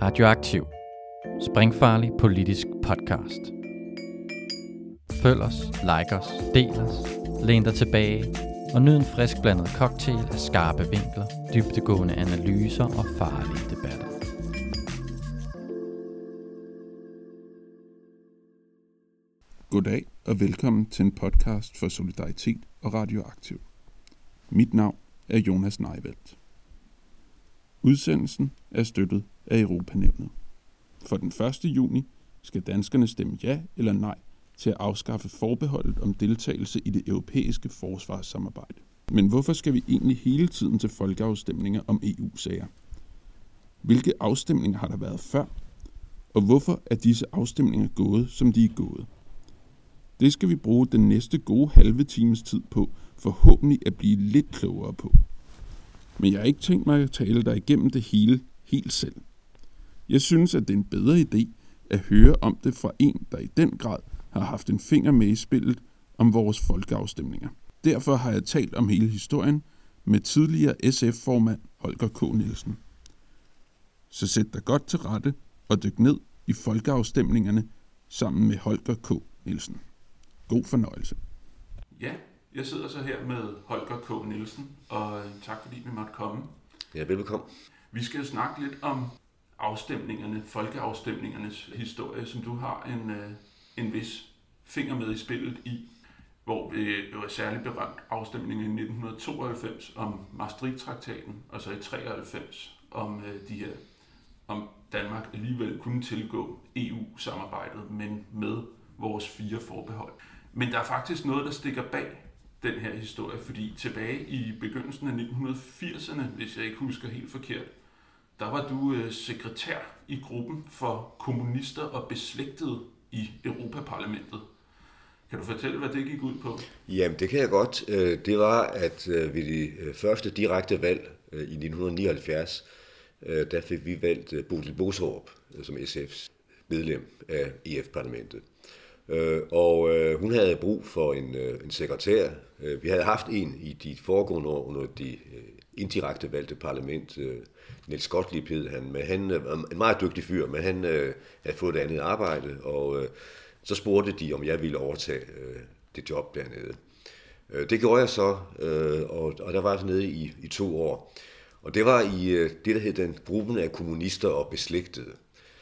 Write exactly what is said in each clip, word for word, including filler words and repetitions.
Radioaktiv. Springfarlig politisk podcast. Følg os, like os, del os, læn dig tilbage og nyd en frisk blandet cocktail af skarpe vinkler, dybdegående analyser og farlige debatter. Goddag og velkommen til en podcast for Solidaritet og Radioaktiv. Mit navn er Jonas Neiveldt. Udsendelsen er støttet af Europanævnet. For den første juni skal danskerne stemme ja eller nej til at afskaffe forbeholdet om deltagelse i det europæiske forsvarssamarbejde. Men hvorfor skal vi egentlig hele tiden til folkeafstemninger om E U-sager? Hvilke afstemninger har der været før? Og hvorfor er disse afstemninger gået, som de er gået? Det skal vi bruge den næste gode halve times tid på, forhåbentlig at blive lidt klogere på. Men jeg har ikke tænkt mig at tale dig igennem det hele helt selv. Jeg synes, at det er en bedre idé at høre om det fra en, der i den grad har haft en finger med i spillet om vores folkeafstemninger. Derfor har jeg talt om hele historien med tidligere S F-formand Holger K. Nielsen. Så sæt dig godt til rette og dyk ned i folkeafstemningerne sammen med Holger K. Nielsen. God fornøjelse. Ja, jeg sidder så her med Holger K. Nielsen, og tak fordi vi måtte komme. Ja, velbekomme. Vi skal jo snakke lidt om afstemningerne, folkeafstemningernes historie, som du har en, en vis finger med i spillet i, hvor det jo er særligt berømt afstemningen i nitten tooghalvfems om Maastricht-traktaten, og så i treoghalvfems om de her, om Danmark alligevel kunne tilgå E U-samarbejdet, men med vores fire forbehold. Men der er faktisk noget, der stikker bag den her historie, fordi tilbage i begyndelsen af nitten firserne, hvis jeg ikke husker helt forkert, der var du øh, sekretær i gruppen for kommunister og beslægtede i Europaparlamentet. Kan du fortælle, hvad det gik ud på? Jamen, det kan jeg godt. Det var, at ved de første direkte valg i nitten nioghalvfjerds, der fik vi valgt Bodil Boserup som S F's medlem af E F-parlamentet. Og hun havde brug for en, en sekretær. Vi havde haft en i de foregående år under de indirekte valgte parlament. Niels Gottlieb hed han, men han var en meget dygtig fyr, men han havde fået et andet arbejde, og så spurgte de, om jeg ville overtage det job dernede. Det gjorde jeg så, og, og der var jeg nede i, i to år. Og det var i det, der hed den gruppen af kommunister og beslægtede.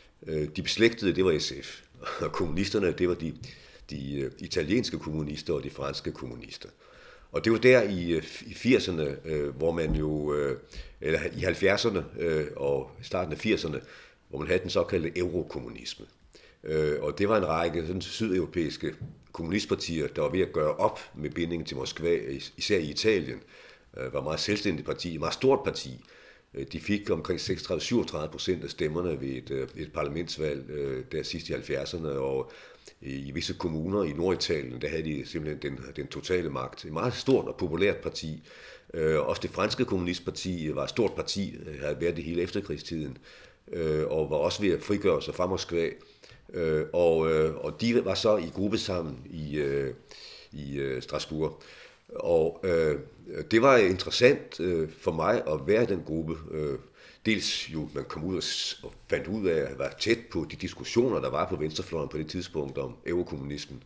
De beslægtede, det var S F. Og kommunisterne, det var de, de italienske kommunister og de franske kommunister. Og det var der i, i firserne, øh, hvor man jo, øh, eller i halvfjerdserne øh, og starten af firserne, hvor man havde den såkaldte eurokommunisme. Øh, og det var en række sådan, sydeuropæiske kommunistpartier, der var ved at gøre op med bindingen til Moskva, især i Italien. Øh, var et meget selvstændigt parti, et meget stort parti. De fik omkring seksogtredive til syvogtredive procent af stemmerne ved et, et parlamentsvalg øh, der sidst i halvfjerdserne, og i visse kommuner i Norditalien, der havde de simpelthen den, den totale magt. Et meget stort og populært parti. Øh, også det franske kommunistparti var et stort parti, havde været det hele efterkrigstiden, øh, og var også ved at frigøre sig fra Moskva. Øh, og, øh, og de var så i gruppe sammen i, øh, i øh, Strasbourg. Og øh, det var interessant øh, for mig at være i den gruppe. Øh, dels jo, man kom ud og, og fandt ud af at være tæt på de diskussioner, der var på venstrefløjen på det tidspunkt om eurokommunismen.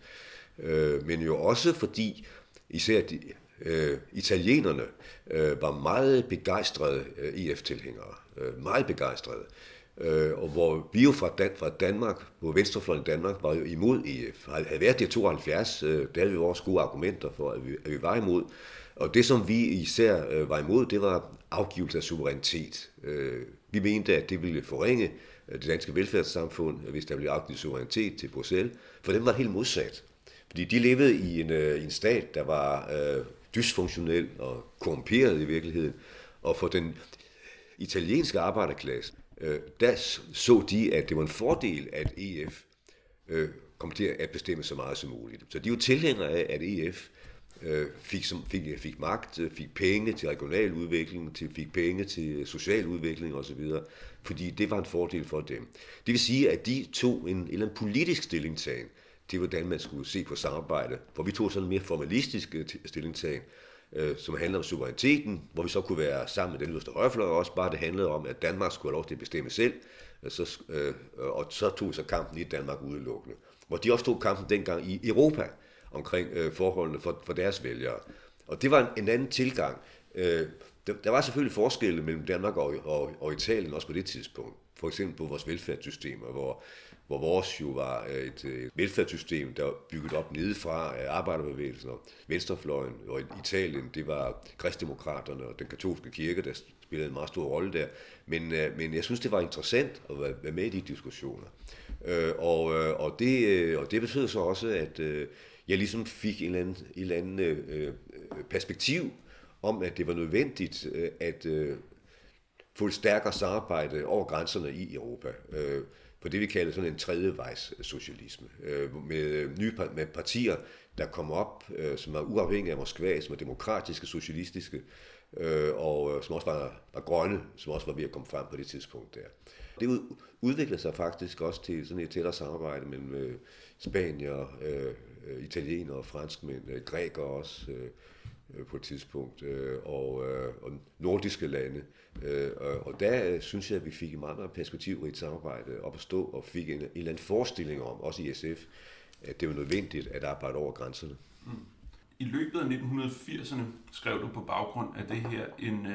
Øh, men jo også fordi især de, øh, italienerne øh, var meget begejstrede øh, E F-tilhængere. Øh, meget begejstrede. Øh, og hvor vi jo fra, Dan- fra Danmark, på venstrefløjen i Danmark, var jo imod E F. Havde været det i tooghalvfjerds, øh, der havde vi også gode argumenter for, at vi, at vi var imod. Og det, som vi især øh, var imod, det var afgivelse af suverænitet. Øh, vi mente, at det ville forringe det danske velfærdssamfund, hvis der blev afgivet suverænitet til Bruxelles, for dem var det helt modsat. Fordi de levede i en, øh, i en stat, der var øh, dysfunktionel og korrumperet i virkeligheden, og for den italienske arbejderklasse, der så de, at det var en fordel, at E F øh, kom til at bestemme så meget som muligt. Så de er jo tilhængere af, at E F øh, fik, som, fik, fik magt, fik penge til regional udvikling, til, fik penge til social udvikling osv., fordi det var en fordel for dem. Det vil sige, at de tog en, en eller anden politisk stillingtagen til, hvordan man skulle se på samarbejde, hvor vi tog sådan en mere formalistisk stillingtagen, øh, som handler om suveræniteten, hvor vi så kunne være sammen med den yderste højrefløj også, bare det handlede om, at Danmark skulle have lov til at bestemme selv, Så, øh, og så tog så kampen i Danmark udelukkende. Hvor de også tog kampen dengang i Europa omkring øh, forholdene for, for deres vælgere. Og det var en, en anden tilgang. Øh, der, der var selvfølgelig forskelle mellem Danmark og, og, og Italien også på det tidspunkt. For eksempel på vores velfærdssystemer, hvor, hvor vores jo var et, et velfærdssystem, der var bygget op nedefra af arbejderbevægelsen og venstrefløjen. Og i Italien, det var kristdemokraterne og den katolske kirke, der spillede en meget stor rolle der. Men, men jeg synes, det var interessant at være med i de diskussioner. Og, og, det, og det betød så også, at jeg ligesom fik en eller anden, en eller anden perspektiv om, at det var nødvendigt at få et stærkere samarbejde over grænserne i Europa, øh, på det vi kalder sådan en tredjevejs socialisme, øh, med nye med partier, der kommer op, øh, som er uafhængige af Moskva, som er demokratiske, socialistiske, øh, og øh, som også var, var grønne, som også var ved at komme frem på det tidspunkt der. Det udvikler sig faktisk også til sådan et tættere samarbejde mellem øh, spanier, øh, italienere og franskmænd, øh, grækere også, øh, på et tidspunkt, og, og nordiske lande. Og der synes jeg, at vi fik et meget, meget perspektivrigt samarbejde op at stå, og fik en, en eller anden forestilling om, også i S F, at det var nødvendigt at arbejde over grænserne. Mm. I løbet af nitten firserne skrev du på baggrund af det her en,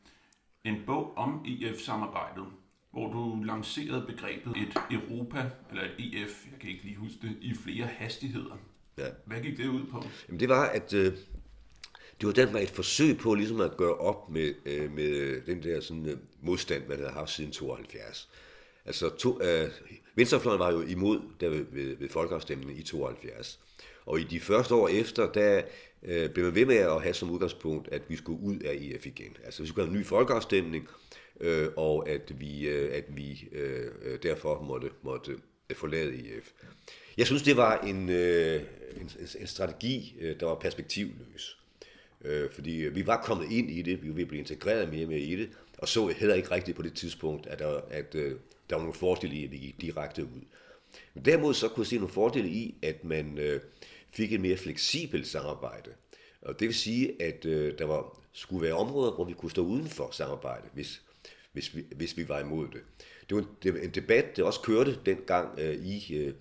en bog om E F-samarbejdet, hvor du lancerede begrebet et Europa, eller et E F, jeg kan ikke lige huske det, i flere hastigheder. Ja. Hvad gik det ud på? Jamen det var, at øh, det var den var et forsøg på ligesom at gøre op med, øh, med den der sådan, øh, modstand, man havde haft siden tooghalvfjerds. Altså, to, øh, venstrefløjen var jo imod der ved, ved, ved folkeafstemningen i tooghalvfjerds. Og i de første år efter, der øh, blev man ved med at have som udgangspunkt, at vi skulle ud af E F igen. Altså, vi skulle have en ny folkeafstemning, øh, og at vi, øh, at vi øh, derfor måtte, måtte forlade E F. Jeg synes, det var en, øh, en, en strategi, der var perspektivløs. Øh, fordi vi var kommet ind i det, vi var ved at blive integreret mere med i det, og så heller ikke rigtigt på det tidspunkt, at der, at, øh, der var nogle fordele i, at vi gik direkte ud. Men derimod så kunne jeg se nogle fordele i, at man øh, fik et mere fleksibelt samarbejde. Og det vil sige, at øh, der var, skulle være områder, hvor vi kunne stå uden for samarbejde, hvis, hvis, vi, hvis vi var imod det. Det var en, det var en debat, der også kørte dengang øh, i, øh,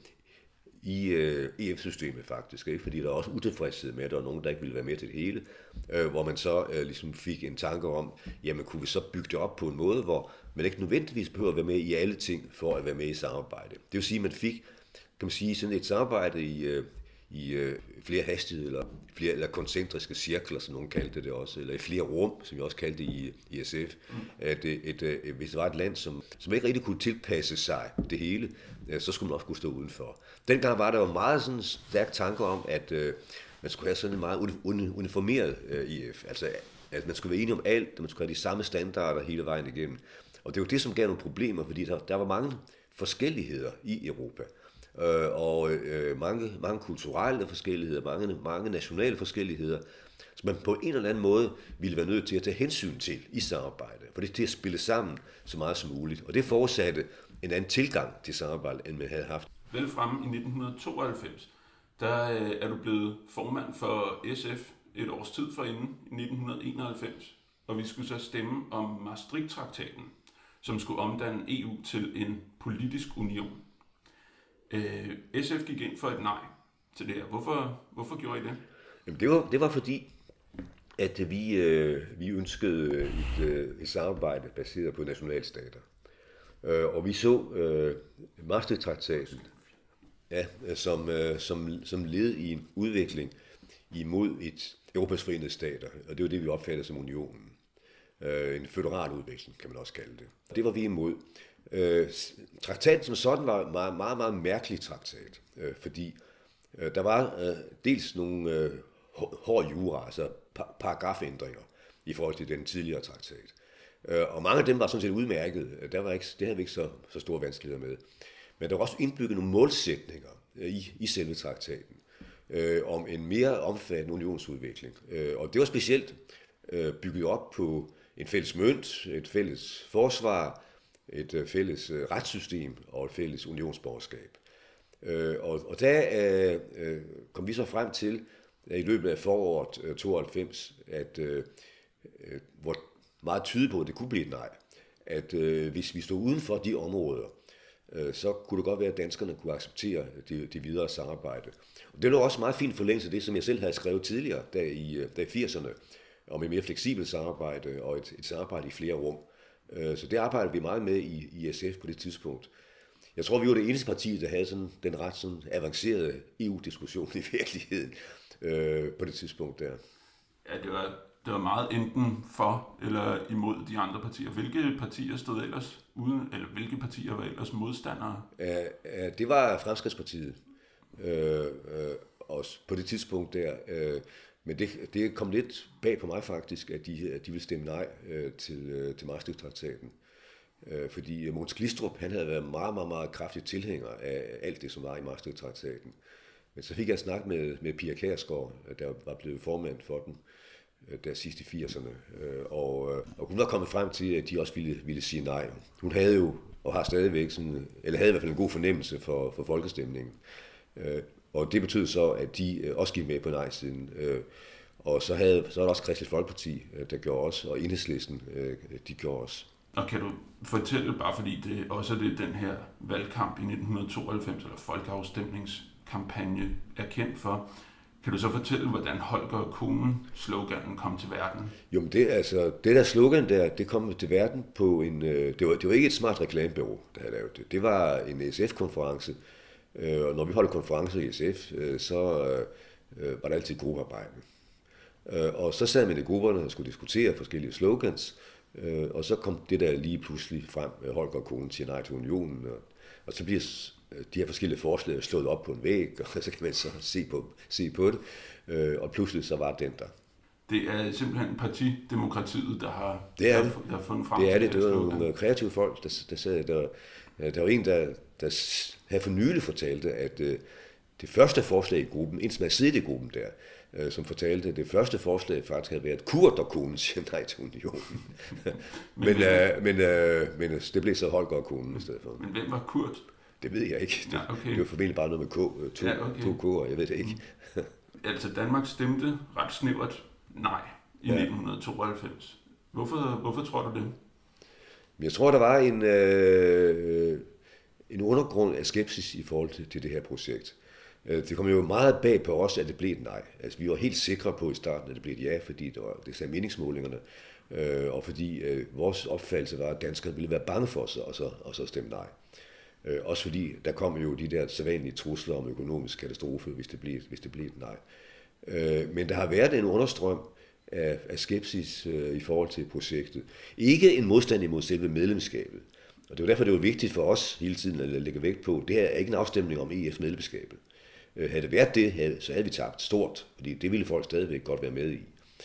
i øh, E F-systemet faktisk, ikke? Fordi der var også utilfredshed med, at der var nogen, der ikke ville være med til det hele, øh, hvor man så øh, ligesom fik en tanke om, jamen kunne vi så bygge det op på en måde, hvor man ikke nødvendigvis behøver at være med i alle ting for at være med i samarbejde. Det vil sige, at man fik, kan man sige, sådan et samarbejde i, øh, i øh, flere hastigheder, eller, flere, eller koncentriske cirkler, som nogen kaldte det også, eller i flere rum, som vi også kaldte i, i S F. Mm. At et, et, et, hvis det var et land, som, som ikke rigtig kunne tilpasse sig det hele, så skulle man også kunne stå udenfor. Dengang var der jo meget sådan stærk tanke om, at øh, man skulle have sådan en meget uniformeret øh, E F. Altså, at man skulle være enige om alt, at man skulle have de samme standarder hele vejen igennem. Og det var det, som gav nogle problemer, fordi der, der var mange forskelligheder i Europa. Øh, og øh, mange, mange kulturelle forskelligheder, mange, mange nationale forskelligheder, som man på en eller anden måde ville være nødt til at tage hensyn til i samarbejde. For det er til at spille sammen så meget som muligt. Og det fortsatte en anden tilgang til samarbejde, end man havde haft. Vel fremme i nitten tooghalvfems, der er du blevet formand for S F et års tid forinden, i nitten enoghalvfems, og vi skulle så stemme om Maastricht-traktaten, som skulle omdanne E U til en politisk union. S F gik ind for et nej til det her. Hvorfor, hvorfor gjorde I det? Jamen det, var, det var fordi, at vi, øh, vi ønskede et, øh, et samarbejde baseret på nationalstater. Øh, og vi så øh, Maastricht-traktaten ja, som, øh, som, som led i en udvikling imod et Europas forenede stater. Og det var det, vi opfattede som unionen. Øh, en føderal udvikling, kan man også kalde det. Det var vi imod. Øh, traktaten som sådan var en meget, meget, meget mærkelig traktat, øh, fordi øh, der var øh, dels nogle øh, hårde jura, altså par- paragrafændringer i forhold til den tidligere traktat. Øh, og mange af dem var sådan set udmærket, der var ikke, det havde vi ikke så, så store vanskeligheder med. Men der var også indbygget nogle målsætninger øh, i, i selve traktaten øh, om en mere omfattende unionsudvikling. Øh, og det var specielt øh, bygget op på en fælles mønt, et fælles forsvar, et fælles retssystem og et fælles unionsborgerskab. Og, og der øh, kom vi så frem til, at i løbet af foråret tooghalvfems, at øh, hvor meget tyder på, at det kunne blive et nej, at øh, hvis vi stod uden for de områder, så kunne det godt være, at danskerne kunne acceptere det, det videre samarbejde. Og det var også meget fint forlængelse af det, som jeg selv havde skrevet tidligere, da i, da i firserne, om et mere fleksibelt samarbejde og et, et samarbejde i flere rum. Så det arbejdede vi meget med i, i S F på det tidspunkt. Jeg tror, vi var det eneste parti, der havde sådan den ret sådan avancerede E U-diskussion i virkeligheden øh, på det tidspunkt der. Ja, det var, det var meget enten for eller imod de andre partier. Hvilke partier stod ellers uden, eller hvilke partier var ellers modstandere? Ja, ja, det var Fremskridtspartiet. Øh, øh, også på det tidspunkt der. Øh, men det, det kom lidt bag på mig faktisk, at de, at de ville stemme nej øh, til, øh, til Maastricht-traktaten. Øh, fordi Mogens Glistrup, han havde været meget, meget, meget kraftig tilhænger af alt det, som var i Maastricht-traktaten. Men så fik jeg snak med, med Pia Kjærsgaard, der var blevet formand for den, der sidst i firserne. Og, og hun var kommet frem til, at de også ville, ville sige nej. Hun havde jo, og har stadigvæk, sådan, eller havde i hvert fald en god fornemmelse for, for folkestemningen. Og det betød så, at de også gik med på nej-siden. Og så, havde, så var der også Kristeligt Folkeparti, der gjorde også, og Enhedslisten, de gjorde også. Og kan du fortælle, bare fordi det også er det, den her valgkamp i nitten tooghalvfems, eller folkeafstemningskampagne er kendt for, kan du så fortælle, hvordan Holger og konen-sloganen kom til verden? Jo, men det, altså, det der slogan der, det kom til verden på en... Det var, det var ikke et smart reklamebureau, der havde lavet det. Det var en S F-konference, og når vi holdt konferencer i S F, så var der altid gruppearbejde. Og så sad man i grupperne og skulle diskutere forskellige slogans, og så kom det der lige pludselig frem, Holger og konen siger nej til unionen, og, og så bliver de her forskellige forslag slået op på en væg, og så kan man så se på, se på det, og pludselig så var den der. Det er simpelthen partidemokratiet, der har, det er der, der har fundet frem det er til det. Det var slogan. nogle kreative folk, der, der sad der. Der var en, der, der havde for nylig fortalte, at det første forslag i gruppen, en som havde siddet i gruppen der, som fortalte, at det første forslag faktisk havde været Kurt og konen siger nej til unionen. men, øh, men, øh, men det blev så Holger og konen i stedet for. Men hvem var Kurt? Det ved jeg ikke. Det, ja, okay. det var formentlig bare noget med K, to, ja, okay. to K'er, jeg ved det ikke. Altså Danmark stemte ret snævert nej i ja. nitten tooghalvfems. Hvorfor, hvorfor tror du det? Jeg tror, der var en, øh, en undergrund af skepsis i forhold til, til det her projekt. Det kom jo meget bag på os, at det blev et nej. Altså, vi var helt sikre på i starten, at det blev et ja, fordi det, var, det sagde meningsmålingerne, øh, og fordi øh, vores opfattelse var, at danskerne ville være bange for os, og så, og så stemme nej. Øh, også fordi der kom jo de der sædvanlige trusler om økonomisk katastrofe, hvis det blev, hvis det blev et nej. Øh, men der har været en understrøm af, af skepsis øh, i forhold til projektet. Ikke en modstand imod selve medlemskabet. Og det var derfor, det var vigtigt for os hele tiden at lægge vægt på, det her er ikke en afstemning om E F-medlemskabet. Havde det været det, så havde vi tabt stort, fordi det ville folk stadigvæk godt være med i.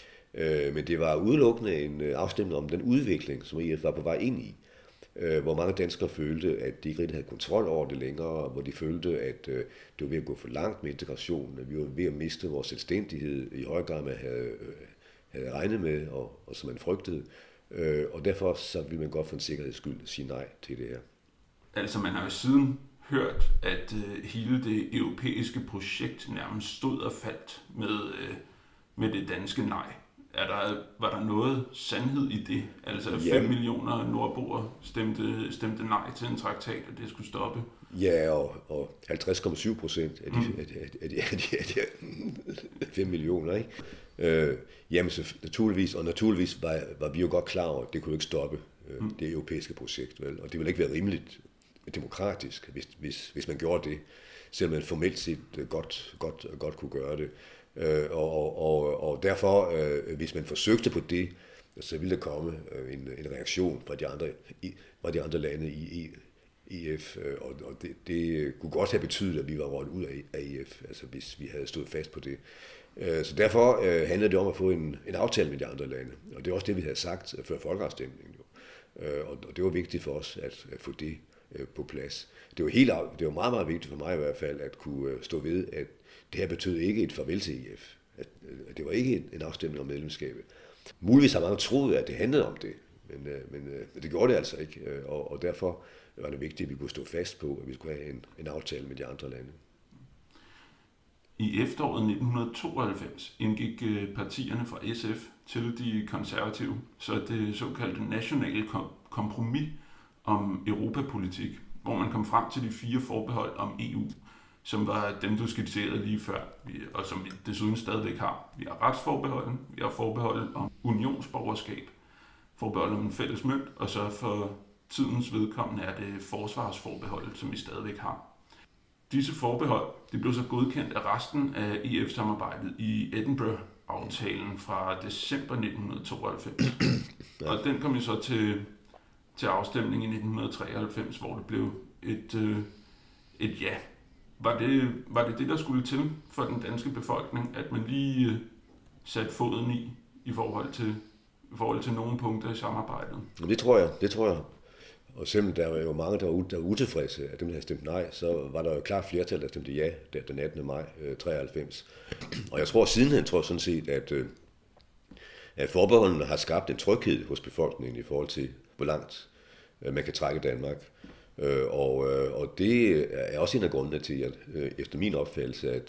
Men det var udelukkende en afstemning om den udvikling, som E F var på vej ind i, hvor mange danskere følte, at de ikke rigtig havde kontrol over det længere, hvor de følte, at det var ved at gå for langt med integrationen, at vi var ved at miste vores selvstændighed i høj grad, man havde, havde regnet med, og, og som man frygtede. Og derfor så ville man godt for en sikkerheds skyld sige nej til det her. Altså man har jo siden hørt, at øh, hele det europæiske projekt nærmest stod og faldt med, øh, med det danske nej. Er der, var der noget sandhed i det? Altså fem ja. millioner nordboere stemte, stemte nej til en traktat, at det skulle stoppe? Ja, og, og halvtreds komma syv procent af de, mm. af de, af de, af de, af de, af de fem millioner, ikke? Øh, jamen så naturligvis, og naturligvis var, var vi jo godt klar over, at det kunne ikke stoppe øh, mm. det europæiske projekt, vel? Og det ville ikke være rimeligt demokratisk, hvis, hvis, hvis man gjorde det, selvom man formelt set godt, godt, godt kunne gøre det. Øh, og, og, og derfor, øh, hvis man forsøgte på det, så ville der komme en, en reaktion fra de andre, i, fra de andre lande i E F, og, og det, det kunne godt have betydet, at vi var rådt ud af E F, altså hvis vi havde stået fast på det. Øh, så derfor øh, handlede det om at få en, en aftale med de andre lande, og det er også det, vi havde sagt før folkeafstemningen. Jo. Øh, og, og det var vigtigt for os at, at få det på plads. Det var, helt, det var meget, meget vigtigt for mig i hvert fald, at kunne stå ved, at det her betød ikke et farvel til E F. At, at det var ikke en afstemning om medlemskabet. Muligvis har mange troet, at det handlede om det, men, men det gjorde det altså ikke, og, og derfor var det vigtigt, at vi kunne stå fast på, at vi skulle have en, en aftale med de andre lande. I efteråret nitten tooghalvfems indgik partierne fra S F til de konservative, så det såkaldte nationale kompromis om europapolitik, hvor man kom frem til de fire forbehold om E U, som var dem, du skitserede lige før, og som vi desuden stadigvæk har. Vi har retsforbeholden, vi har forbeholdet om unionsborgerskab, forbeholdet om en fælles mønt, og så for tidens vedkommende er det forsvarsforbeholdet, som vi stadigvæk har. Disse forbehold de blev så godkendt af resten af E F-samarbejdet i Edinburgh-aftalen fra december nitten tooghalvfems. Og den kom jo så til, til afstemning i nitten treoghalvfems, hvor det blev et, øh, et ja. Var det, var det det, der skulle til for den danske befolkning, at man lige øh, satte foden i, i forhold til, i forhold til nogle punkter i samarbejdet? Det tror jeg, det tror jeg. Og selvom der var jo mange, der var, der var utilfredse af dem, der havde stemt nej, så var der jo klart flertal, der stemte ja den attende maj treoghalvfems. Og jeg tror sidenhen, tror jeg sådan set, at, at forbeholdene har skabt en tryghed hos befolkningen i forhold til, hvor langt man kan trække Danmark. Og, og det er også en af grundene til, at efter min opfattelse, at,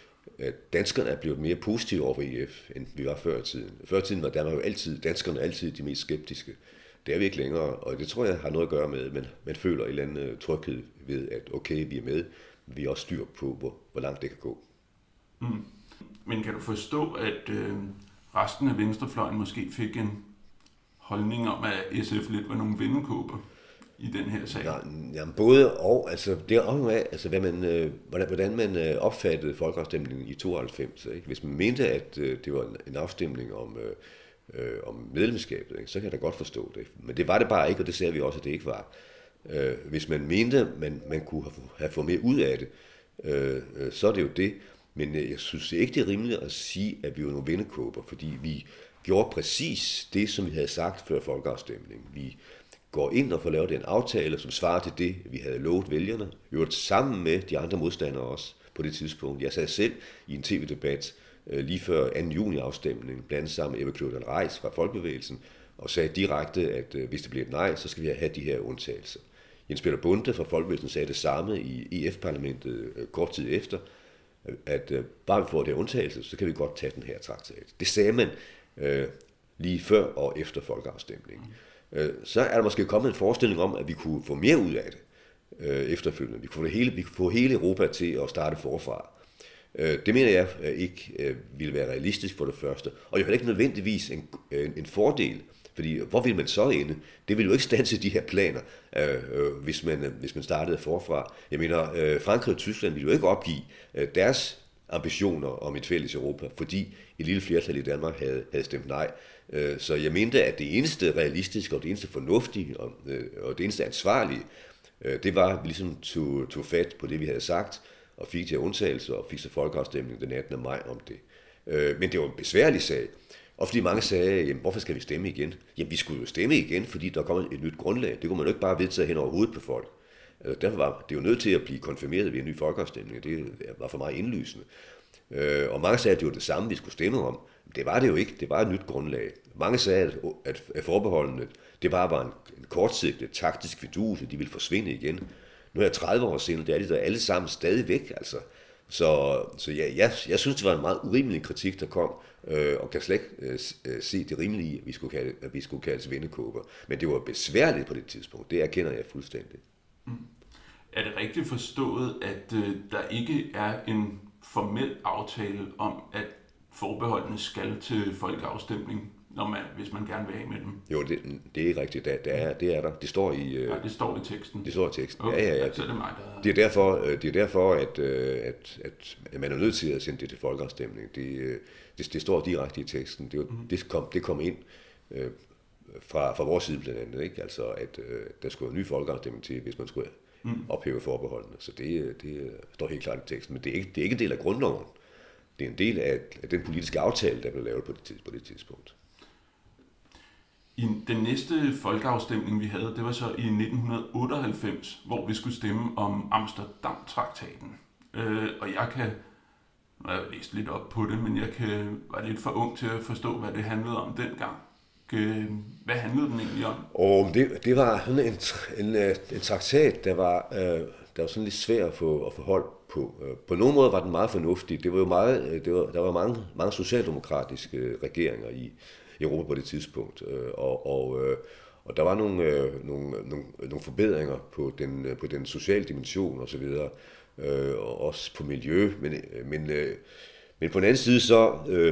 at danskerne er blevet mere positive over for E F, end vi var før i tiden. Før i tiden var Danmark jo altid, danskerne altid de mest skeptiske. Det er vi ikke længere, og det tror jeg har noget at gøre med, at man, man føler en eller anden tryghed ved, at okay, vi er med, vi er også styr på, hvor, hvor langt det kan gå. Mm. Men kan du forstå, at øh, resten af venstrefløjen måske fik en holdning om, at S F lidt var nogle vindekåber i den her sag? Ja, jamen både og, altså det er også af, altså, hvad man, øh, hvordan man øh, opfattede folkeafstemningen i tooghalvfems. Ikke? Hvis man mente, at øh, det var en, en afstemning om... Øh, Øh, om medlemskabet, ikke? Så kan jeg da godt forstå det. Men det var det bare ikke, og det ser vi også, at det ikke var. Øh, hvis man mente, at man, man kunne have, have fået mere ud af det, øh, øh, så er det jo det. Men øh, jeg synes ikke, det er rimeligt at sige, at vi var nogle vindekåber, fordi vi gjorde præcis det, som vi havde sagt før folkeafstemningen. Vi går ind og får lavet en aftale, som svarer til det, vi havde lovet vælgerne. Vi var sammen med de andre modstandere også på det tidspunkt. Jeg sad selv i en tv-debat lige før anden juni-afstemningen, blandt sammen med Ebbe Kløvedal Reis fra Folkebevægelsen, og sagde direkte, at øh, hvis det bliver et nej, så skal vi have de her undtagelser. Jens Peter Bonde fra Folkebevægelsen sagde det samme i E F-parlamentet øh, kort tid efter, at øh, bare vi får det her undtagelse, så kan vi godt tage den her traktat. Det sagde man øh, lige før og efter folkeafstemningen. Øh, så er der måske kommet en forestilling om, at vi kunne få mere ud af det øh, efterfølgende. Vi kunne, få det hele, vi kunne få hele Europa til at starte forfra. Det mener jeg ikke ville være realistisk for det første, og jo heller ikke nødvendigvis en, en fordel, fordi hvor vil man så ende? Det vil jo ikke standse de her planer, øh, hvis, man, hvis man startede forfra. Jeg mener, øh, Frankrig og Tyskland ville jo ikke opgive øh, deres ambitioner om et fælles Europa, fordi et lille flertal i Danmark havde, havde stemt nej. Øh, så jeg mente, at det eneste realistiske og det eneste fornuftige og, øh, og det eneste ansvarlige, øh, det var, at vi ligesom tog, tog fat på det, vi havde sagt, og fik til undtagelse og fik så folkeafstemning den attende maj om det. Øh, men det var en besværlig sag, og fordi mange sagde, jamen, hvorfor skal vi stemme igen? Jamen, vi skulle jo stemme igen, fordi der kom et nyt grundlag. Det kunne man jo ikke bare vedtage hen over hovedet på folk. Øh, derfor var det jo nødt til at blive konfirmeret ved en ny folkeafstemning, det var for meget indlysende. Øh, og mange sagde, at det var det samme, vi skulle stemme om. Det var det jo ikke, det var et nyt grundlag. Mange sagde, at, at forbeholdene, det bare var en, en kortsigtet taktisk fidus, de ville forsvinde igen. Nu er tredive år siden, det er de der alle sammen stadig væk, altså. Så, så ja, jeg, jeg synes, det var en meget urimelig kritik, der kom, øh, og kan slet ikke øh, se det rimelige i, at vi skulle kalde, at vi skulle kaldes vindekåber. Men det var besværligt på det tidspunkt, det erkender jeg fuldstændig. Mm. Er det rigtigt forstået, at øh, der ikke er en formel aftale om, at forbeholdene skal til folkeafstemning, når man, hvis man gerne vil have med dem? Jo, det, det er ikke rigtigt. Det er, det er der. Det står i... Øh, ja, det står i teksten. Det står i teksten. Okay, ja, ja, ja. Det, det, er mig, der... det er derfor, det er derfor at, at, at man er nødt til at sende det til folkeafstemning. Det, det, det står direkte i teksten. Det, mm. det, kom, det kom ind øh, fra, fra vores side blandt andet, ikke? Altså, at øh, der skulle en ny folkeafstemning til, hvis man skulle mm. ophæve forbeholdene. Så det, det står helt klart i teksten. Men det er, ikke, det er ikke en del af grundloven. Det er en del af, af den politiske aftale, der blev lavet på det, på det tidspunkt. I den næste folkeafstemning, vi havde, det var så i nitten otteoghalvfems, hvor vi skulle stemme om Amsterdam-traktaten. Øh, og jeg kan, nu har jeg læst lidt op på det, men jeg kan være lidt for ung til at forstå, hvad det handlede om dengang. Øh, hvad handlede den egentlig om? Og det, det var sådan en, en, en traktat, der var, øh, der var sådan lidt svær at få, at få hold på. På nogle måder var den meget fornuftig. Det var jo meget, det var, der var mange, mange socialdemokratiske regeringer i Europa på det tidspunkt, og, og, Og der var nogle, øh, nogle, nogle, nogle forbedringer på den, på den sociale dimension osv., øh, og også på miljø. Men, men, øh, men på den anden side så øh,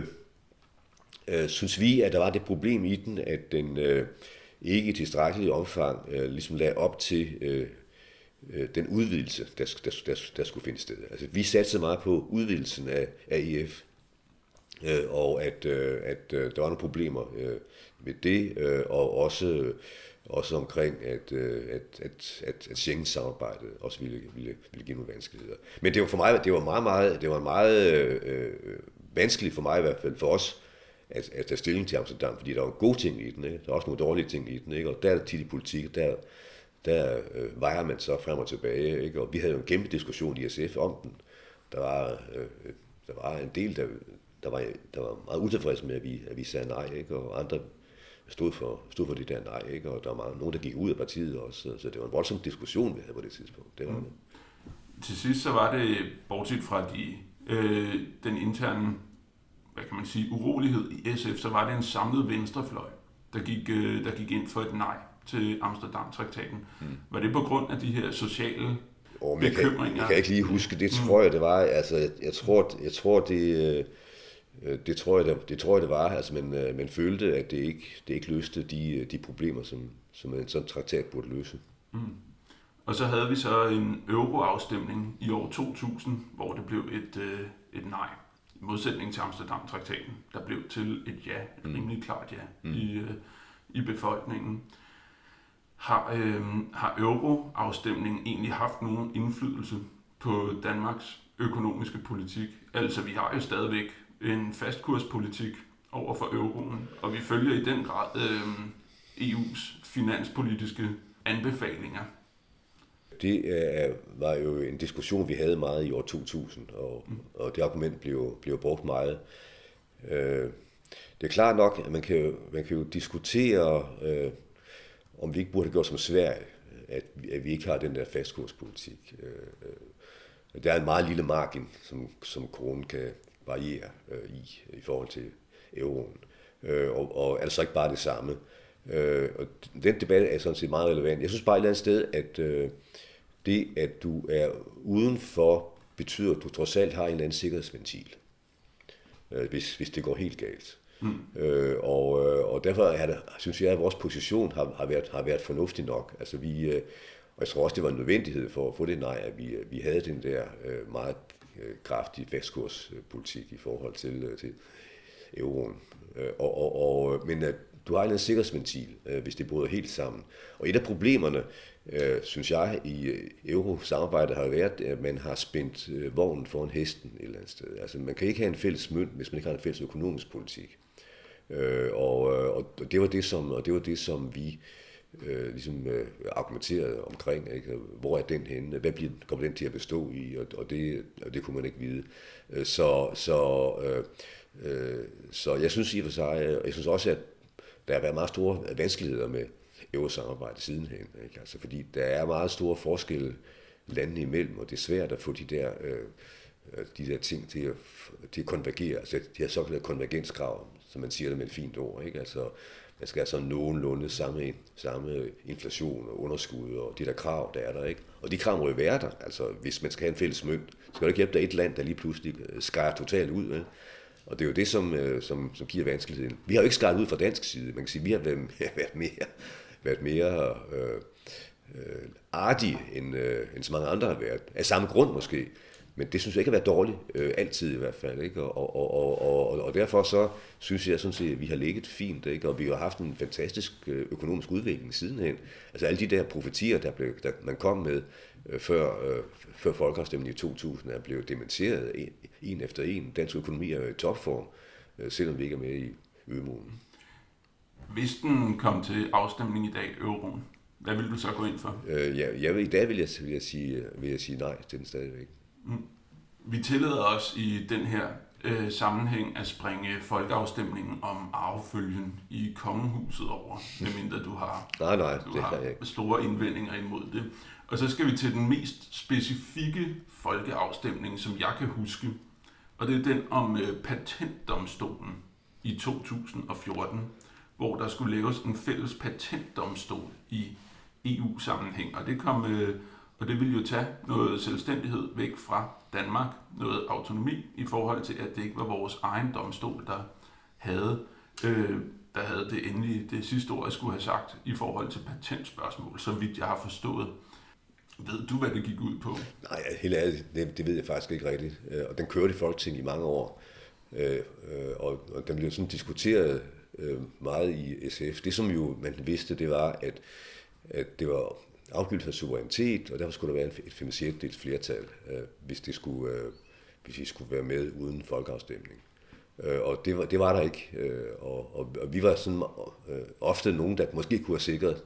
øh, synes vi, at der var det problem i den, at den øh, ikke i tilstrækkelig omfang øh, ligesom lagde op til øh, øh, den udvidelse, der, der, der, der skulle finde sted. Altså, vi satte meget på udvidelsen af, af E F, øh, og at, øh, at øh, der var nogle problemer øh, med det, øh, og også, også omkring, at, øh, at, at, at, at Schengen-samarbejdet også ville, ville, ville give nogle vanskeligheder. Men det var for mig, det var meget, meget, det var meget øh, vanskeligt for mig i hvert fald, for os, at, at tage stilling til Amsterdam, fordi der var gode ting i den, ikke? Der var også nogle dårlige ting i den, ikke? Og der er tit i politik, der, der øh, vejer man så frem og tilbage, ikke? Og vi havde jo en kæmpe diskussion i S F om den. Der var, øh, der var en del, der, der, var, der var meget utilfredse med, at vi, at vi sagde nej, ikke? Og andre stod for, stod for det der nej, ikke? Og der var meget, nogen, der gik ud af partiet også, så det var en voldsom diskussion, vi havde på det tidspunkt. Det var mm. det. Til sidst så var det, bortset fra de, øh, den interne, hvad kan man sige, urolighed i S F, så var det en samlet venstrefløj, der gik, øh, der gik ind for et nej til Amsterdam-traktaten. Mm. Var det på grund af de her sociale oh, bekymringer? Jeg kan, jeg kan ikke lige huske, det tror jeg, det var. Altså, jeg, jeg, tror, jeg tror, det... Det tror jeg, det, det tror jeg, det var. Altså, man, man følte, at det ikke, det ikke løste de, de problemer, som, som en sådan traktat burde løse. Mm. Og så havde vi så en euroafstemning i år to tusind, hvor det blev et, et nej. I modsætning til Amsterdam-traktaten, der blev til et ja, et rimelig klart ja mm. i, i befolkningen. Har, øh, har euroafstemningen egentlig haft nogen indflydelse på Danmarks økonomiske politik? Altså, vi har jo stadigvæk en fastkurspolitik over for euroen, og vi følger i den grad øh, E U's finanspolitiske anbefalinger. Det øh, var jo en diskussion, vi havde meget i år to tusind, og, mm. og det argument blev, blev brugt meget. Øh, det er klart nok, at man kan, man kan jo diskutere, øh, om vi ikke burde have gjort som Sverige, at, at vi ikke har den der fastkurspolitik. Øh, der er en meget lille margin, som, som kronen kan variere øh, i, i forhold til euroen. Øh, og, og er det så ikke bare det samme? Øh, og den debat er sådan set meget relevant. Jeg synes bare et eller andet sted, at øh, det, at du er udenfor, betyder, at du trods alt har en eller anden sikkerhedsventil, øh, hvis, hvis det går helt galt. Mm. Øh, og, og derfor er det, synes jeg, at vores position har, har, været, har været fornuftig nok. Altså vi, øh, og jeg tror også, det var en nødvendighed for at få det nej, at vi, vi havde den der øh, meget kraftig fastkurspolitik i forhold til, til euroen. Og, og, og, men du har en eller sikkerhedsventil, hvis det bryder helt sammen. Og et af problemerne, synes jeg, i euro-samarbejdet har været, at man har spændt vognen foran hesten et eller andet sted. Altså, man kan ikke have en fælles mønt, hvis man ikke har en fælles økonomisk politik. Og, og det var det, som, og det var det, som vi Øh, ligesom øh, argumenteret omkring, ikke? Hvor er den henne, hvad bliver, kommer den til at bestå i, og, og, det, og det kunne man ikke vide. Så, så, øh, øh, så jeg synes i og for sig, jeg synes også, at der har været meget store vanskeligheder med eurosamarbejdet sidenhen, ikke? Altså, fordi der er meget store forskelle landene imellem, og det er svært at få de der, øh, de der ting til at, til at konvergere, altså de her såkaldte konvergenskrav, som man siger det med et fint ord, ikke? Altså, man skal have sådan nogenlunde samme, samme inflation og underskud og de der krav, der er der, ikke? Og de krav må jo være der. Altså, hvis man skal have en fælles mønt, skal det ikke hjælpe, der et land, der lige pludselig skærer totalt ud, ikke? Og det er jo det, som, som, som giver vanskeligheden. Vi har jo ikke skæret ud fra dansk side. Man kan sige, vi har været, været mere, været mere øh, øh, artige, end, øh, end så mange andre har været. Af samme grund måske. Men det synes jeg ikke har været dårligt, øh, altid i hvert fald, ikke? Og, og, og, og, og derfor så synes jeg sådan set, at vi har ligget fint, ikke? Og vi har haft en fantastisk økonomisk udvikling sidenhen. Altså alle de der profetier, der, blev, der man kom med øh, før, øh, før folkeafstemningen i to tusind, er blevet dementeret en, en efter en. Dansk økonomi er i topform, øh, selvom vi ikke er med i ømuen. Hvis den kom til afstemning i dag, euroen, hvad vil du så gå ind for? Øh, ja, jeg, I dag vil jeg, vil, jeg sige, vil jeg sige nej til den stadigvæk. Vi tillader os i den her øh, sammenhæng at springe folkeafstemningen om arvefølgen i kongehuset over, medmindre du har, nej, nej, du det har jeg ikke. store indvendinger imod det. Og så skal vi til den mest specifikke folkeafstemning, som jeg kan huske, og det er den om øh, patentdomstolen i to tusind og fjorten, hvor der skulle laves en fælles patentdomstol i E U-sammenhæng, og det kom, øh, og det ville jo tage noget selvstændighed væk fra Danmark, noget autonomi i forhold til, at det ikke var vores egen domstol, der havde, øh, der havde det endelige, det sidste ord, jeg skulle have sagt i forhold til patentspørgsmål, så vidt jeg har forstået. Ved du, hvad det gik ud på? Nej, helt ærligt, det, det ved jeg faktisk ikke rigtigt. Og den kørte i Folketinget i mange år, og, og den blev sådan diskuteret meget i S F. Det, som jo man vidste, det var, at, at det var afgivelse af suverænitet, og derfor skulle der være et fem sjettedels flertal, hvis, det skulle, hvis vi skulle være med uden folkeafstemning. Og det var, det var der ikke, og, og, og vi var sådan ofte nogen, der måske kunne have sikret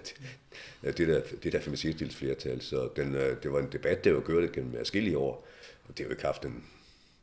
det der, det der fem sjettedels flertal, så den, det var en debat, der var kørt gennem adskillige år, og det har jo ikke haft en,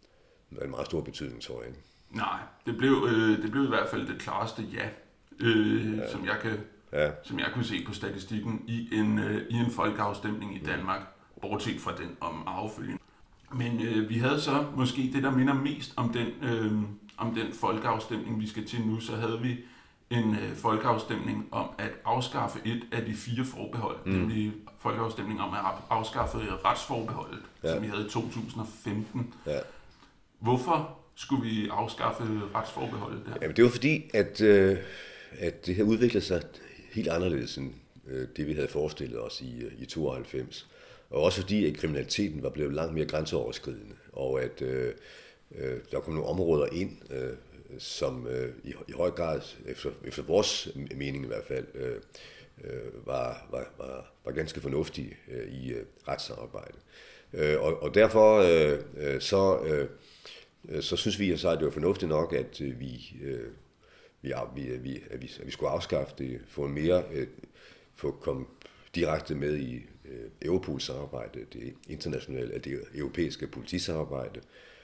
en meget stor betydning, tror jeg. Nej, det blev, øh, det blev i hvert fald det klareste ja, øh, ja. Som, jeg kan, ja. som jeg kunne se på statistikken i en, øh, i en folkeafstemning i Danmark, bortset fra den om arvefølgen. Men øh, vi havde så måske det, der minder mest om den, øh, om den folkeafstemning, vi skal til nu, så havde vi en øh, folkeafstemning om at afskaffe et af de fire forbehold, mm. nemlig folkeafstemning om at afskaffe retsforbeholdet, ja. Som vi havde i to tusind og femten. Ja. Hvorfor skulle vi afskaffe retsforbeholdet der? Jamen, det var fordi, at, øh, at det her udviklede sig helt anderledes end øh, det, vi havde forestillet os i, i tooghalvfems. Og også fordi, at kriminaliteten var blevet langt mere grænseoverskridende, og at øh, øh, der kom nogle områder ind, øh, som øh, i, i høj grad, efter, efter vores mening i hvert fald, øh, øh, var, var, var, var ganske fornuftige øh, i øh, retssamarbejde. Øh, og, og derfor øh, øh, så, øh, så synes vi, at det var fornuftigt nok, at øh, vi, øh, vi, vi, vi, at vi, at vi skulle afskaffe det, få en mere, øh, få komme direkte med i Europol-samarbejde, det internationale, det europæiske politisamarbejde,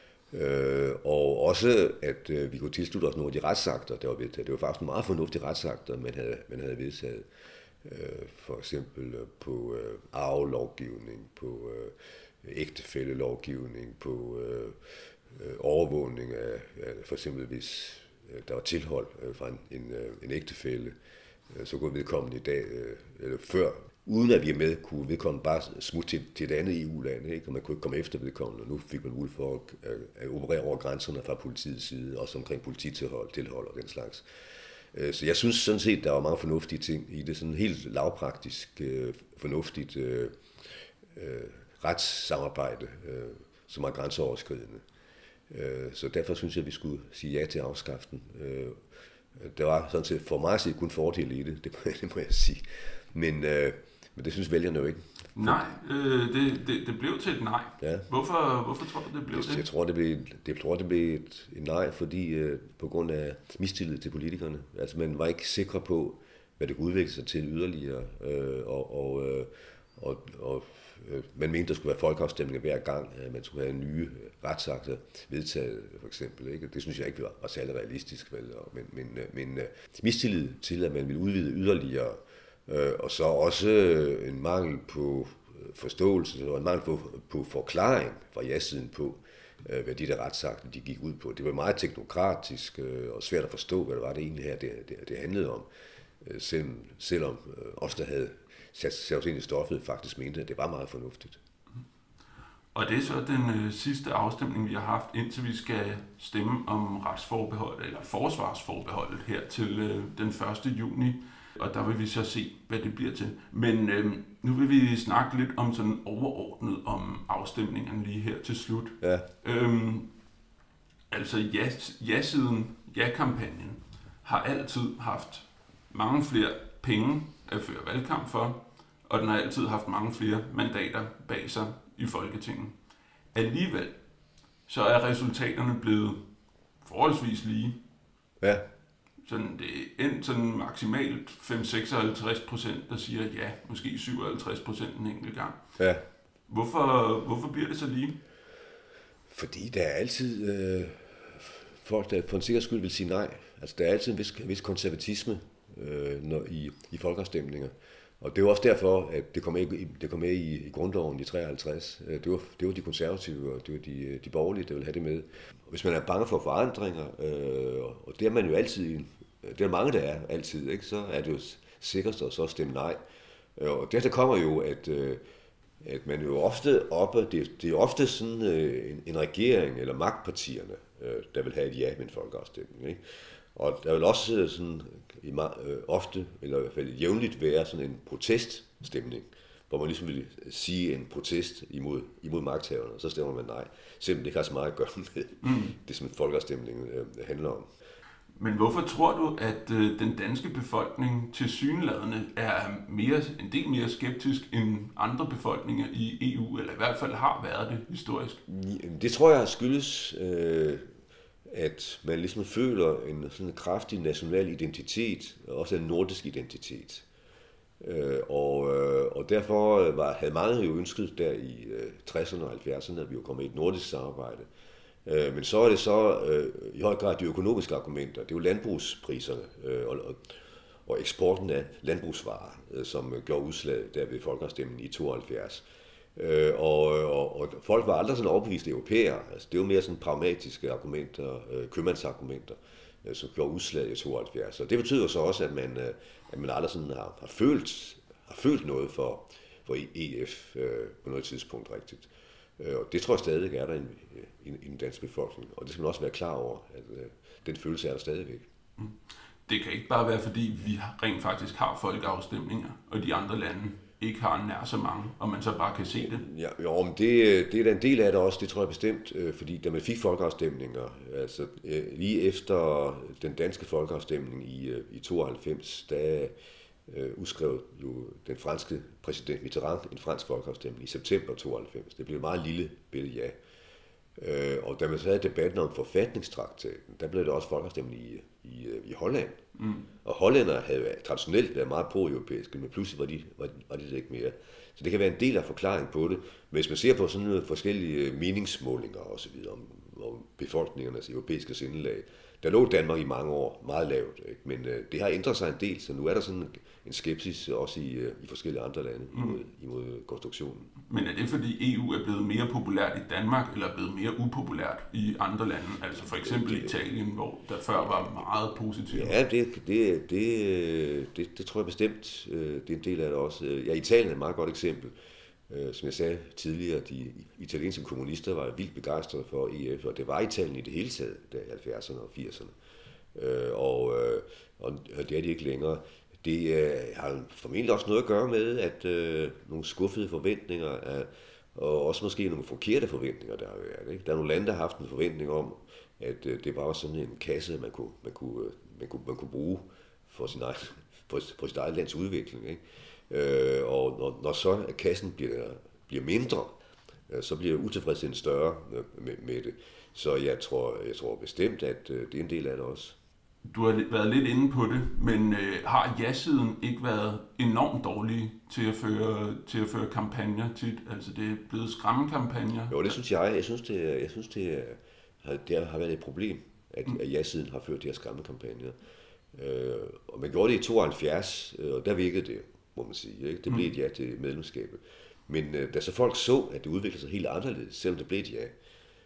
øh, og også at øh, vi kunne tilslutte os nogle af de retsakter, der var vedtaget. Det var faktisk nogle meget fornuftige retsakter, man havde, man havde vedtaget, øh, for eksempel på øh, arvelovgivning, på øh, ægtefællelovgivning, på øh, overvågning af, af, for eksempel hvis øh, der var tilhold øh, fra en, en, en ægtefælle, øh, så kunne vedkommende i dag, øh, eller før, uden at vi er med, kunne vedkommende bare smutte til, til et andet E U-land, ikke? Og man kunne ikke komme efter vedkommende, og nu fik man mulighed for at, at operere over grænserne fra politiets side, også omkring polititilhold, tilhold og den slags. Så jeg synes sådan set, der var mange fornuftige ting i det, sådan helt lavpraktisk, fornuftigt øh, øh, retssamarbejde, øh, som er grænseoverskridende. Så derfor synes jeg, at vi skulle sige ja til afskaften. Der var sådan set for mig at sige kun fordele i det, det må, det må jeg sige. Men, øh, men det synes vælgerne jo ikke. Nej, øh, det, det, det blev til et nej. Ja. Hvorfor, hvorfor tror du, det blev jeg, det? Jeg tror, det blev, jeg tror, det blev et, et nej, fordi øh, på grund af mistillid til politikerne. Altså, man var ikke sikker på, hvad det kunne udvikle sig til yderligere. Øh, og, og, øh, og, og øh, man mente, der skulle være folkeafstemninger hver gang, at man skulle have nye retsakter vedtaget, for eksempel. Ikke? Det synes jeg ikke var, var særlig realistisk. Vel? Men, men, men øh, mistillid til, at man ville udvide yderligere, Øh, og så også en mangel på forståelse, og en mangel på, på forklaring fra ja-siden på, øh, hvad de der retsakter de gik ud på. Det var meget teknokratisk øh, og svært at forstå, hvad det var det egentlig her, det, det, det handlede om. Øh, selv, selvom øh, os, der havde sat, sat os ind i stoffet, faktisk mente, at det var meget fornuftigt. Og det er så den øh, sidste afstemning, vi har haft, indtil vi skal stemme om retsforbeholdet, eller forsvarsforbeholdet her til øh, den første juni. Og der vil vi så se, hvad det bliver til. Men øh, nu vil vi snakke lidt om sådan overordnet om afstemningerne lige her til slut. Ja. Øhm, altså ja, ja-siden, ja-kampagnen har altid haft mange flere penge at føre valgkamp for, og den har altid haft mange flere mandater bag sig i Folketinget. Alligevel så er resultaterne blevet forholdsvis lige. Ja. Sådan, det er en sådan maksimalt fem til seksoghalvtreds procent, der siger ja, måske syvoghalvtreds procent en enkelt gang. Ja. Hvorfor, hvorfor bliver det så lige? Fordi der er altid øh, folk, der for en sikker skyld vil sige nej. Altså, der er altid en vis, vis konservatisme øh, når, i, i folkeafstemninger. Og det var også derfor, at det kom med, det kom med i, i grundloven i treoghalvtreds. Det var, det var de konservative, og det var de, de borgerlige, der ville have det med. Hvis man er bange for forandringer, øh, og det er man jo altid i en det er mange, der er altid, ikke? Så er det jo sikkert at så stemme nej. Og dertil kommer jo, at, at man jo ofte oppe, det, det er ofte sådan en, en regering eller magtpartierne, der vil have et ja med en folkeafstemning, ikke? Og der vil også sådan, ofte, eller i hvert fald jævnligt, være sådan en proteststemning, hvor man ligesom vil sige en protest imod, imod magthaverne, og så stemmer man nej, selvom det ikke har så meget at gøre med mm. det, som folkeafstemningen øh, handler om. Men hvorfor tror du, at øh, den danske befolkning tilsyneladende er mere, en del mere skeptisk end andre befolkninger i E U, eller i hvert fald har været det historisk? Det tror jeg skyldes, øh, at man ligesom føler en sådan en kraftig national identitet, og også en nordisk identitet. Øh, og, øh, og derfor var, havde mange jo ønsket der i øh, tresserne og halvfjerdserne, at vi jo kom i et nordisk samarbejde. Øh, men så er det så øh, i høj grad de økonomiske argumenter. Det er jo landbrugspriserne øh, og, og, og eksporten af landbrugsvarer, øh, som gjorde udslaget der ved folkeafstemningen i tooghalvfjerds. Øh, og, og, og folk var aldrig sådan overbeviste europæere. Altså, det var mere sådan pragmatiske argumenter, øh, købmandsargumenter, øh, som gjorde udslaget i tooghalvfjerds. Og det betyder så også, at man, øh, at man aldrig sådan har, har, følt, har følt noget for, for E F øh, på noget tidspunkt rigtigt. Øh, og det tror jeg stadig er der i, i, i den danske befolkning. Og det skal man også være klar over, at øh, den følelse er der stadigvæk. Mm. Det kan ikke bare være, fordi vi rent faktisk har folkeafstemninger, og de andre lande ikke har nær så mange, og man så bare kan se det. Ja, jo, men det, det er da en del af det også, det tror jeg bestemt, øh, fordi da man fik folkeafstemninger, altså øh, lige efter den danske folkeafstemning i, øh, i tooghalvfems, der øh, udskrev jo den franske præsident Mitterrand en fransk folkeafstemning i september tooghalvfems. Det blev et meget lille bitte ja. Øh, og da man så havde debatten om forfatningstraktaten, der blev det også folkeafstemning i, i, i Holland. Mm. Og hollændere havde traditionelt været meget pro-europæiske, men pludselig var de, var, var de det ikke mere. Så det kan være en del af forklaringen på det. Men hvis man ser på sådan nogle forskellige meningsmålinger og så videre om, om befolkningernes europæiske sindelag, der lå Danmark i mange år meget lavt, ikke? Men øh, det har ændret sig en del, så nu er der sådan en skepsis også i, øh, i forskellige andre lande mm. imod, imod konstruktionen. Men er det fordi E U er blevet mere populært i Danmark, eller er blevet mere upopulært i andre lande? Altså for eksempel det, Italien, hvor der før var meget positivt. Ja, det, det, det, det, det tror jeg bestemt, det er en del af det også. Ja, Italien er et meget godt eksempel. Som jeg sagde tidligere, de italienske kommunister var vildt begejstrede for E F, og det var Italien i det hele taget, der i halvfjerdserne og firserne. Og, og det er de ikke længere. Det har formentlig også noget at gøre med, at øh, nogle skuffede forventninger, er, og også måske nogle forkerte forventninger, der har været. Ikke? Der er nogle lande, der har haft en forventning om, at øh, det var sådan en kasse, man kunne, man kunne, man kunne, man kunne bruge for sin, egen, for, for sit eget lands udvikling. Ikke? Øh, og når, når så kassen bliver, bliver mindre, øh, så bliver utilfredsheden større med, med det. Så jeg tror, jeg tror bestemt, at øh, det er en del af det også. Du har været lidt inde på det, men øh, har ja-siden ikke været enormt dårlige til at føre, til at føre kampagner tit? Altså det er blevet skræmmekampagner? Jo, det synes jeg. Jeg synes, det, jeg synes, det, det har været et problem, at, mm. at ja-siden har ført de her skræmmekampagner. Øh, og man gjorde det i tooghalvfjerds, og der virkede det, må man sige. Ikke? Det blev et ja til medlemskabet. Men øh, da så folk så, at det udviklede sig helt anderledes, selvom det blev et ja,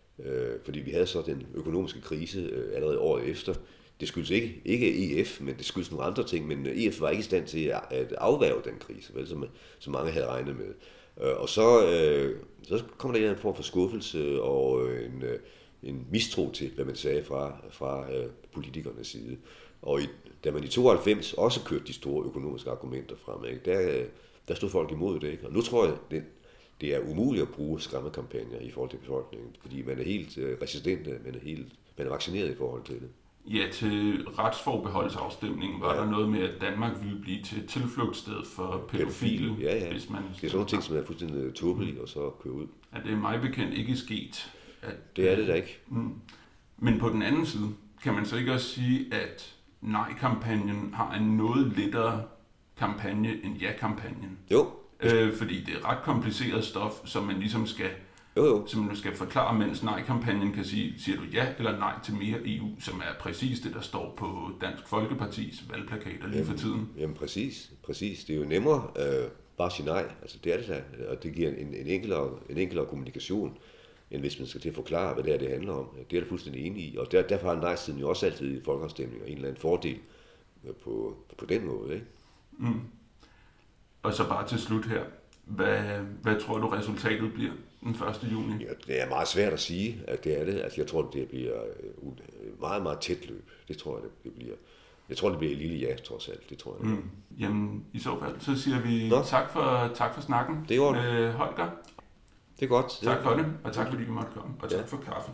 øh, fordi vi havde så den økonomiske krise øh, allerede året efter. Det skyldes ikke, ikke E F, men det skyldes nogle andre ting, men E F var ikke i stand til at afværge den krise, vel, som, som mange havde regnet med. Og så, øh, så kom der en form for skuffelse og en, en mistro til, hvad man sagde fra, fra øh, politikernes side. Og i, da man i tooghalvfems også kørte de store økonomiske argumenter frem, ikke, der, der stod folk imod det. Ikke? Og nu tror jeg, det, det er umuligt at bruge skræmmekampagner i forhold til befolkningen, fordi man er helt øh, resistent, man er, helt, man er vaccineret i forhold til det. Ja, til retsforbeholdsafstemningen var ja. der noget med, at Danmark ville blive til et tilflugtssted for pædofile. Ja, ja. Hvis man det er sådan nogle ting, som er fuldstændig tåbelige, og så køre ud. Ja, det er mig bekendt ikke sket. At, det er det da ikke. Mm. Men på den anden side, kan man så ikke også sige, at nej-kampagnen har en noget lettere kampagne end ja-kampagnen? Jo. Øh, fordi det er ret kompliceret stof, som man ligesom skal... Jo, jo. Som man skal forklare, mens nej-kampagnen kan sige, siger du ja eller nej til mere E U, som er præcis det, der står på Dansk Folkepartis valgplakater lige jamen, for tiden. Jamen præcis, præcis. Det er jo nemmere øh, bare at sige nej, altså det er det da, og det giver en, en, enklere, en enklere kommunikation, end hvis man skal til at forklare, hvad det er, det handler om. Det er jeg fuldstændig enig i, og der, derfor har nej-siden jo også altid i folkeafstemninger en eller anden fordel på, på den måde, ikke? Mm. Og så bare til slut her. Hvad, hvad tror du resultatet bliver den første juni? Ja, det er meget svært at sige, at det er det. Altså, jeg tror, det bliver meget, meget tæt løb. Det tror jeg, det bliver. Jeg tror, det bliver et lille ja, trods alt. Det tror jeg. Mm. Jamen, i så fald, så siger vi Nå. tak for, tak for snakken det er med Holger. Det er godt. Tak for det, og tak fordi vi måtte komme. Og tak ja. for kaffe.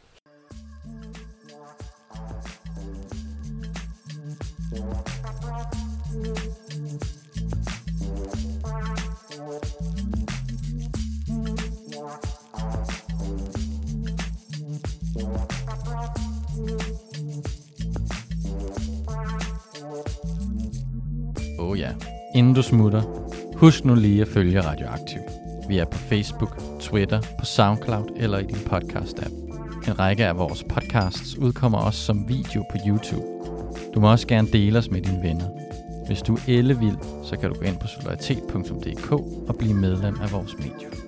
Åh ja, inden du smutter, husk nu lige at følge Radioaktiv. Vi er på Facebook, Twitter, på SoundCloud eller i din podcast-app. En række af vores podcasts udkommer også som video på YouTube. Du må også gerne dele os med dine venner. Hvis du er ellevild, så kan du gå ind på solidaritet punktum d k og blive medlem af vores medie.